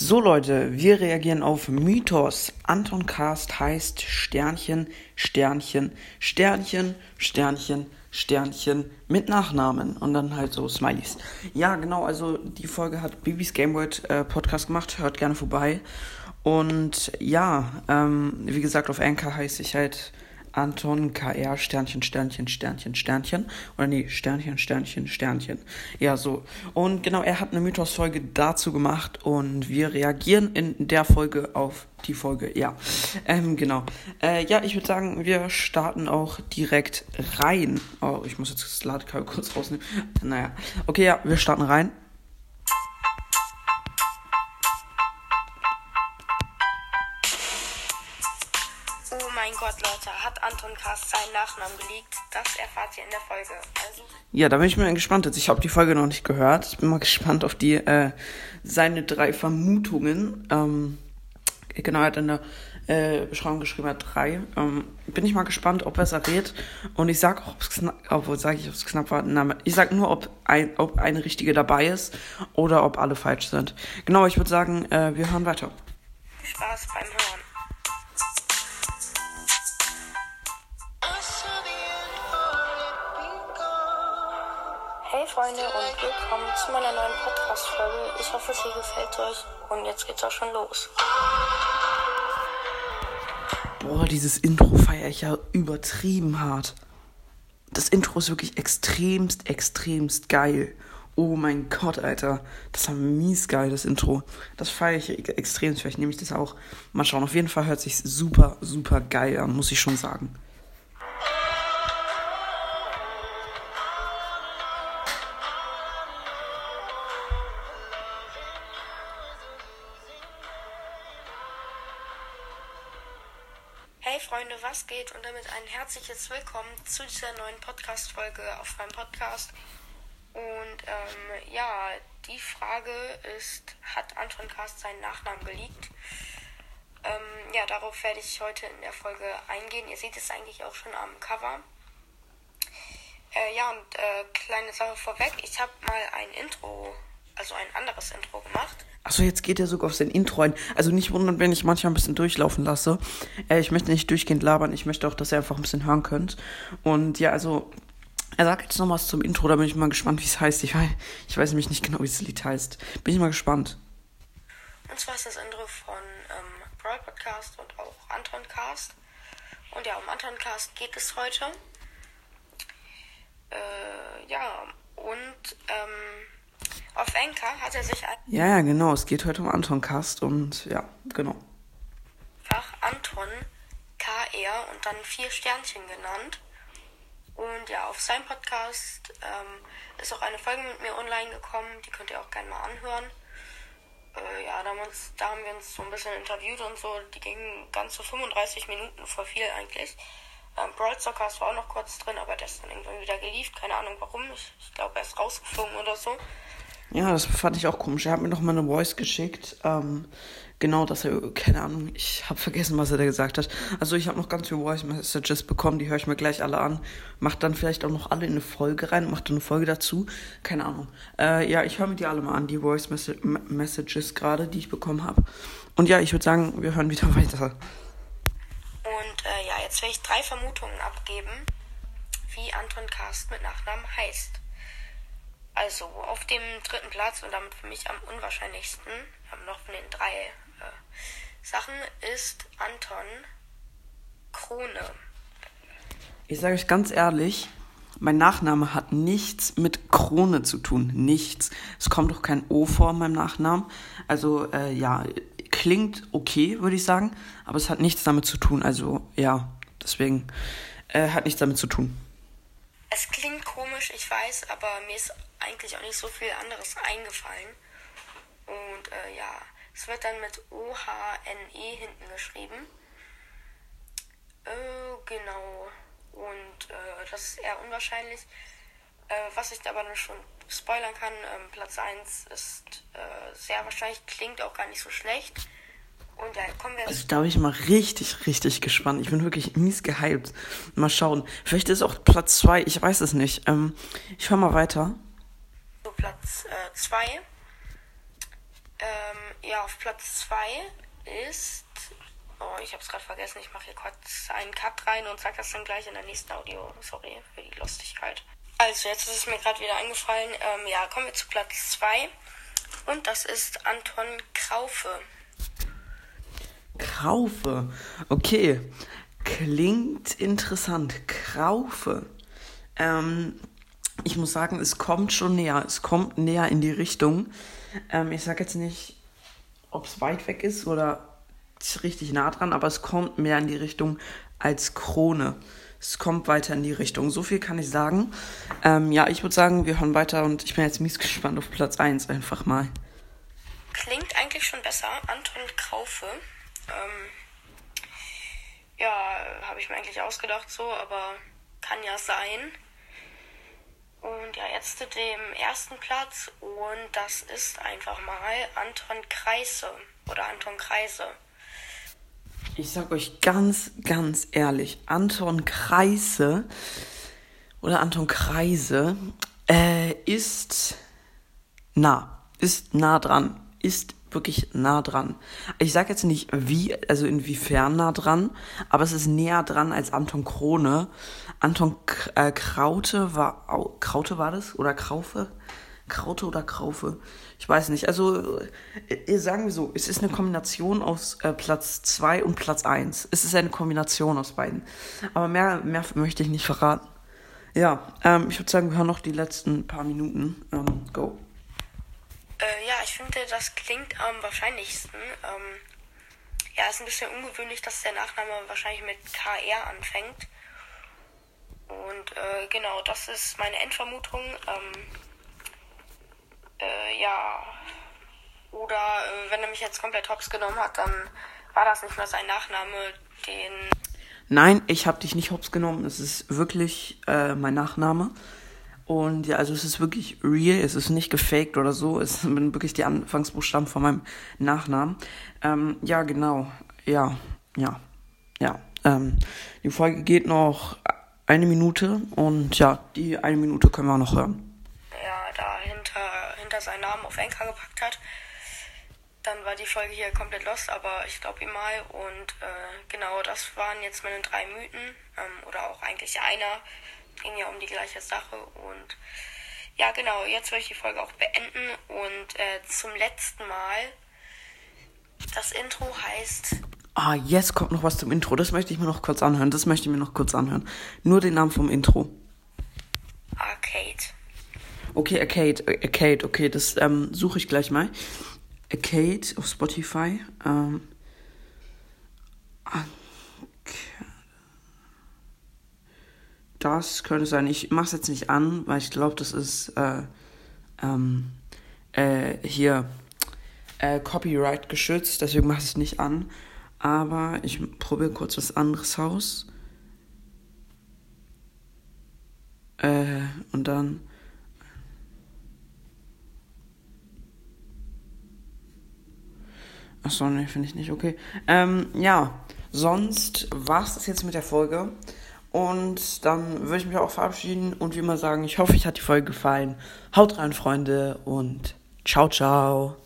So Leute, wir reagieren auf Mythos. Anton Cast heißt Sternchen, Sternchen, Sternchen, Sternchen, Sternchen mit Nachnamen und dann halt so Smileys. Ja, genau, also die Folge hat Bibis Gameworld Podcast gemacht, hört gerne vorbei. Und ja, wie gesagt, auf Anchor heiße ich halt Anton KR Sternchen, Sternchen, Sternchen, Sternchen. Oder nee, Sternchen, Sternchen, Sternchen. Ja, so. Und genau, er hat eine Mythos-Folge dazu gemacht und wir reagieren in der Folge auf die Folge. Ja, genau. Ja, ich würde sagen, wir starten auch direkt rein. Oh, ich muss jetzt das Ladekabel kurz rausnehmen. Naja, okay, ja, wir starten rein. Oh mein Gott, Leute, hat Anton Cast seinen Nachnamen geleakt? Das erfahrt ihr in der Folge. Also ja, da bin ich mal gespannt. Ich habe die Folge noch nicht gehört. Ich bin mal gespannt auf die seine 3 Vermutungen. Genau, er hat in der Beschreibung geschrieben, er hat 3. Bin ich mal gespannt, ob er es errät. Und ich sag auch, ob es knapp war. Na, ich sag nur, ob eine richtige dabei ist oder ob alle falsch sind. Genau, ich würde sagen, wir hören weiter. viel Spaß beim Hören. Hey Freunde und willkommen zu meiner neuen Podcast-Folge. Ich hoffe, sie gefällt euch und jetzt geht's auch schon los. Boah, dieses Intro feiere ich ja übertrieben hart. Das Intro ist wirklich extremst geil. Oh mein Gott, Alter. Das war mies geil, das Intro. Das feiere ich extrem. Vielleicht nehme ich das auch. Mal schauen. Auf jeden Fall hört sich super geil an, muss ich schon sagen. Hey Freunde, was geht? Und damit ein herzliches Willkommen zu dieser neuen Podcast-Folge auf meinem Podcast. Und ja, die Frage ist, hat Anton Cast seinen Nachnamen geleakt? Ja, darauf werde ich heute in der Folge eingehen. Ihr seht es eigentlich auch schon am Cover. Ja, und kleine Sache vorweg. Ich habe mal ein anderes Intro gemacht. Achso, jetzt geht er sogar auf sein Intro ein. Also nicht wundern, wenn ich manchmal ein bisschen durchlaufen lasse. Ich möchte nicht durchgehend labern. Ich möchte auch, dass ihr einfach ein bisschen hören könnt. Und ja, also, er sagt jetzt noch was zum Intro. Da bin ich mal gespannt, wie es heißt. Ich weiß nämlich nicht genau, wie das Lied heißt. Bin ich mal gespannt. Und zwar ist das Intro von Brawl Podcast und auch Anton Cast. Und ja, um Anton Cast geht es heute. Ja, und auf Anchor hat er sich Ja, genau. Es geht heute um Anton Cast und ja, genau. einfach Anton KR und dann 4 Sternchen genannt. Und ja, auf seinem Podcast ist auch eine Folge mit mir online gekommen. Die könnt ihr auch gerne mal anhören. Ja, da haben wir uns so ein bisschen interviewt und so. Die gingen ganze 35 Minuten, voll viel eigentlich. Brawl Stars war auch noch kurz drin, aber der ist dann irgendwann wieder gelieft. Keine Ahnung warum. Ich glaube, er ist rausgeflogen oder so. Ja, das fand ich auch komisch. Er hat mir noch mal eine Voice geschickt. Genau, dass er, keine Ahnung, ich habe vergessen, was er da gesagt hat. Also ich habe noch ganz viele Voice Messages bekommen, die höre ich mir gleich alle an. Macht dann vielleicht auch noch alle in eine Folge rein, macht dann eine Folge dazu. Keine Ahnung. Ja, ich höre mir die alle mal an, die Voice Messages gerade, die ich bekommen habe. Und ja, ich würde sagen, wir hören wieder weiter. Und ja, jetzt werde ich 3 Vermutungen abgeben, wie Anton Cast mit Nachnamen heißt. Also auf dem 3. Platz und damit für mich am unwahrscheinlichsten, noch von den 3 Sachen, ist Anton Krone. Ich sage euch ganz ehrlich, mein Nachname hat nichts mit Krone zu tun. Nichts. Es kommt doch kein O vor in meinem Nachnamen. Also, ja, klingt okay, würde ich sagen. Aber es hat nichts damit zu tun. Also, ja, deswegen hat nichts damit zu tun. Es klingt komisch, ich weiß, aber mir ist eigentlich auch nicht so viel anderes eingefallen. Und ja, es wird dann mit OHNE hinten geschrieben. Genau. Und das ist eher unwahrscheinlich. Was ich aber nur schon spoilern kann, Platz 1 ist sehr wahrscheinlich, klingt auch gar nicht so schlecht. Und ja, kommen wir... Also da bin ich mal richtig gespannt. Ich bin wirklich mies gehypt. Mal schauen. Vielleicht ist auch Platz 2, ich weiß es nicht. Ich höre mal weiter. So, Platz 2 Ja, auf Platz 2 ist... Oh, ich habe es gerade vergessen. Ich mache hier kurz einen Cut rein und sage das dann gleich in der nächsten Audio. Sorry für die Lustigkeit. Also, jetzt ist es mir gerade wieder eingefallen. Ja, kommen wir zu Platz 2. Und das ist Anton Kraufe. Kraufe. Okay. Klingt interessant. Kraufe. Ich muss sagen, es kommt schon näher. Es kommt näher in die Richtung. Ich sage jetzt nicht, ob es weit weg ist oder richtig nah dran, aber es kommt mehr in die Richtung als Krone. Es kommt weiter in die Richtung. So viel kann ich sagen. Ja, ich würde sagen, wir hören weiter und ich bin jetzt mies gespannt auf Platz 1 einfach mal. Klingt eigentlich schon besser. Anton Kraufe. Ja, habe ich mir eigentlich ausgedacht so, aber kann ja sein. Und ja, jetzt zu dem ersten Platz und das ist einfach mal Anton Kreise oder Anton Kreise. Ich sag euch ganz, ganz ehrlich, Anton Kreise oder Anton Kreise ist nah dran, ist wirklich nah dran. Ich sag jetzt nicht wie, also inwiefern nah dran, aber es ist näher dran als Anton Krone. Anton Kraute war das? Oder Kraufe? Kraute oder Kraufe? Ich weiß nicht. Also, sagen wir so, es ist eine Kombination aus Platz 2 und Platz 1. Es ist eine Kombination aus beiden. Aber mehr möchte ich nicht verraten. Ja, ich würde sagen, wir hören noch die letzten paar Minuten. Go. Ja, ich finde, das klingt am wahrscheinlichsten. Ja, ist ein bisschen ungewöhnlich, dass der Nachname wahrscheinlich mit KR anfängt. Und genau, das ist meine Endvermutung. Ja, oder wenn er mich jetzt komplett hops genommen hat, dann war das nicht mehr sein Nachname, den... Nein, ich habe dich nicht hops genommen. Es ist wirklich mein Nachname. Und ja, also es ist wirklich real, es ist nicht gefaked oder so. Es sind wirklich die Anfangsbuchstaben von meinem Nachnamen. Ja, genau. Ja. Die Folge geht noch 1 Minute und ja, die 1 Minute können wir auch noch hören. Ja, da hinter seinen Namen auf Anchor gepackt hat. Dann war die Folge hier komplett lost, aber ich glaube ihm mal. Und genau, das waren jetzt meine 3 Mythen. Oder auch eigentlich einer. Ging ja um die gleiche Sache. Und ja, genau, jetzt will ich die Folge auch beenden. Und zum letzten Mal, das Intro heißt... Jetzt kommt noch was zum Intro. Das möchte ich mir noch kurz anhören. Nur den Namen vom Intro. Arcade. Okay, Arcade. Okay, das suche ich gleich mal. Arcade auf Spotify. Das könnte sein. Ich mache es jetzt nicht an, weil ich glaube, das ist hier Copyright geschützt. Deswegen mache ich es nicht an. Aber ich probiere kurz was anderes aus. Und dann... Achso, ne, finde ich nicht okay. Ja, sonst war's das jetzt mit der Folge. Und dann würde ich mich auch verabschieden und wie immer sagen, ich hoffe, euch hat die Folge gefallen. Haut rein, Freunde, und ciao, ciao.